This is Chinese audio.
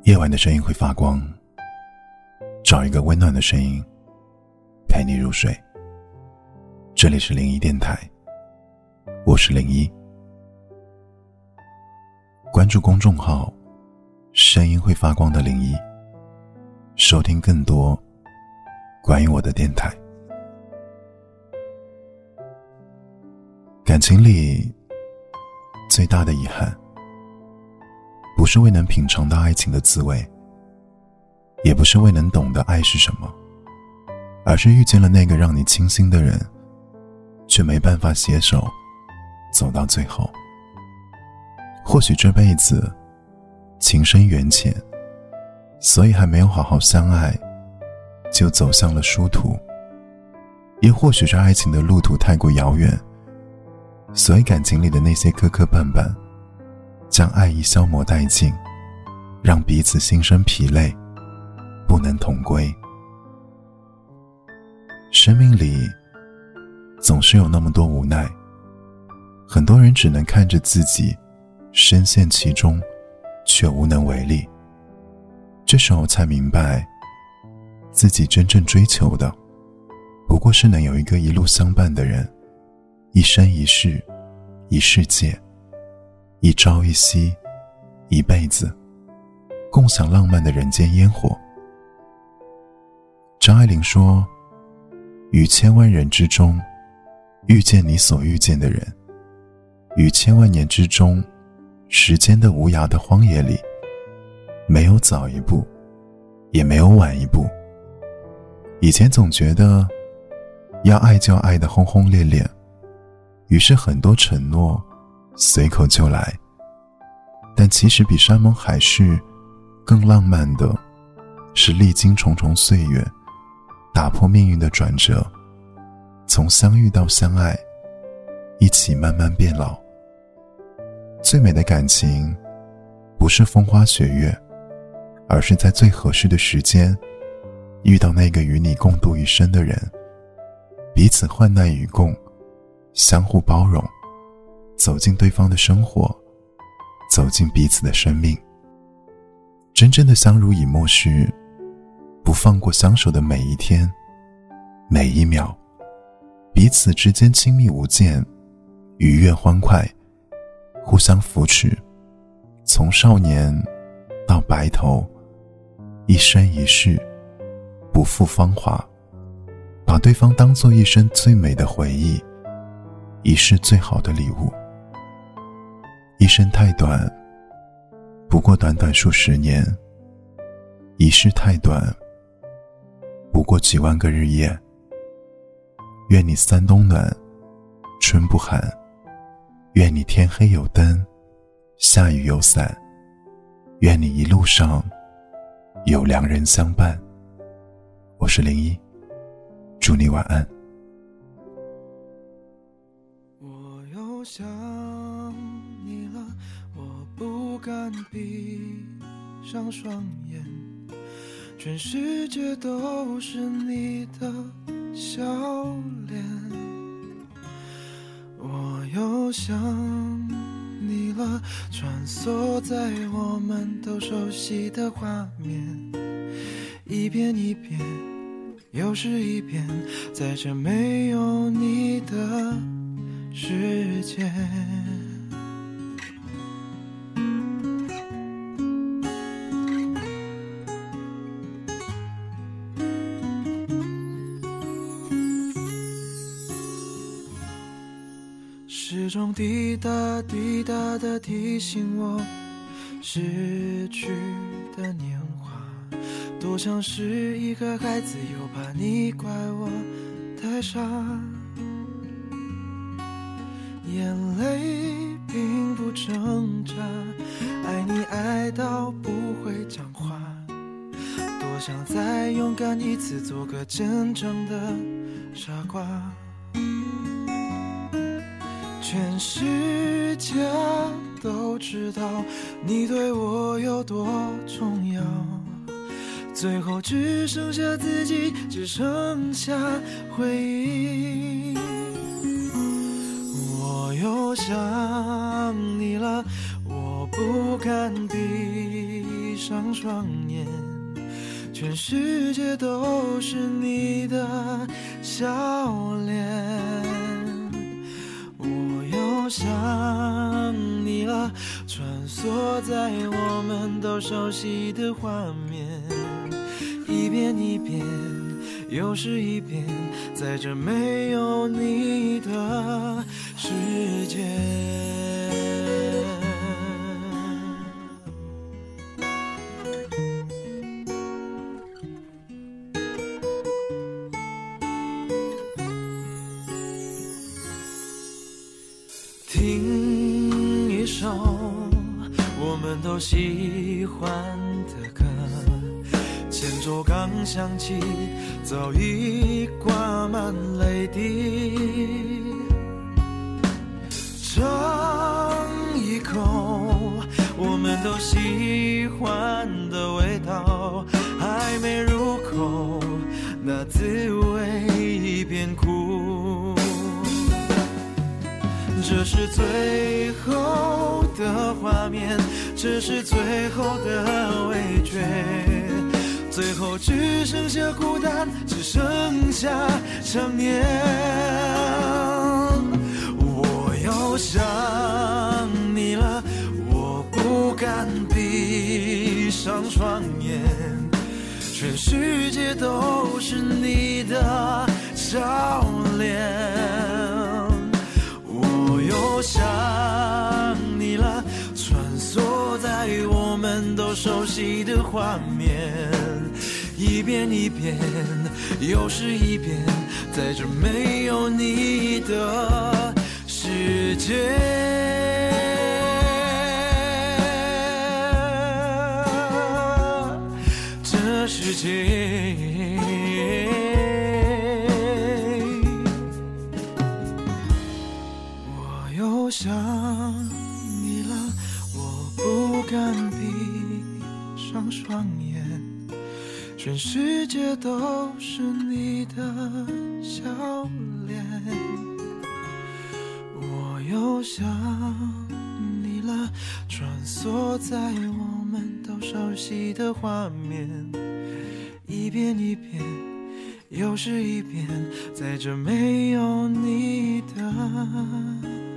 夜晚的声音会发光，找一个温暖的声音陪你入睡。这里是01电台，我是01。关注公众号声音会发光的01，收听更多关于我的电台。感情里最大的遗憾，不是未能品尝到爱情的滋味，也不是未能懂得爱是什么，而是遇见了那个让你倾心的人，却没办法携手走到最后。或许这辈子情深缘浅，所以还没有好好相爱就走向了殊途，也或许是爱情的路途太过遥远，所以感情里的那些磕磕绊绊将爱意消磨殆尽，让彼此心生疲累，不能同归。生命里总是有那么多无奈，很多人只能看着自己深陷其中，却无能为力。这时候才明白，自己真正追求的不过是能有一个一路相伴的人，一生一世一世界，一朝一夕一辈子，共享浪漫的人间烟火。张爱玲说，于千万人之中遇见你所遇见的人，于千万年之中时间的无涯的荒野里，没有早一步也没有晚一步。以前总觉得要爱就要爱得轰轰烈烈，于是很多承诺随口就来，但其实比山盟海誓更浪漫的是历经重重岁月，打破命运的转折，从相遇到相爱，一起慢慢变老。最美的感情不是风花雪月，而是在最合适的时间遇到那个与你共度一生的人，彼此患难与共，相互包容，走进对方的生活，走进彼此的生命。真正的相濡以沫是不放过相守的每一天每一秒，彼此之间亲密无间，愉悦欢快，互相扶持，从少年到白头，一生一世不负芳华，把对方当作一生最美的回忆，一世最好的礼物。一生太短，不过短短数十年，一世太短，不过几万个日夜。愿你三冬暖，春不寒，愿你天黑有灯，下雨有伞，愿你一路上有良人相伴。我是01，祝你晚安。 我又想你了，我不敢闭上双眼，全世界都是你的笑脸。我又想你了，穿梭在我们都熟悉的画面，一遍一遍又是一遍，在这没有你的世界。时钟滴答滴答地提醒我，逝去的年华多像是一个孩子，又怕你怪我太傻。眼泪并不挣扎，爱你爱到不会讲话，多想再勇敢一次，做个真正的傻瓜。全世界都知道你对我有多重要，最后只剩下自己，只剩下回忆。我又想你了，我不敢闭上双眼，全世界都是你的笑脸。我又想你了，穿梭在我们都熟悉的画面，一遍一遍又是一遍，在这没有你的世界。听一首我们都喜欢的歌，前奏刚响起，早已挂满泪滴。尝一口我们都喜欢的味道，还没入口，那滋味已变苦。这是最后的画面，这是最后的味觉，最后只剩下孤单，只剩下想念。我又想你了，我不敢闭上双眼，全世界都是你的笑脸。我又想你了，穿梭在我们都熟悉的画面，一遍一遍又是一遍，在这没有你的世界。这世界我想你了，我不敢闭上双眼，全世界都是你的笑脸。我又想你了，穿梭在我们都熟悉的画面，一遍一遍又是一遍，在这没有你的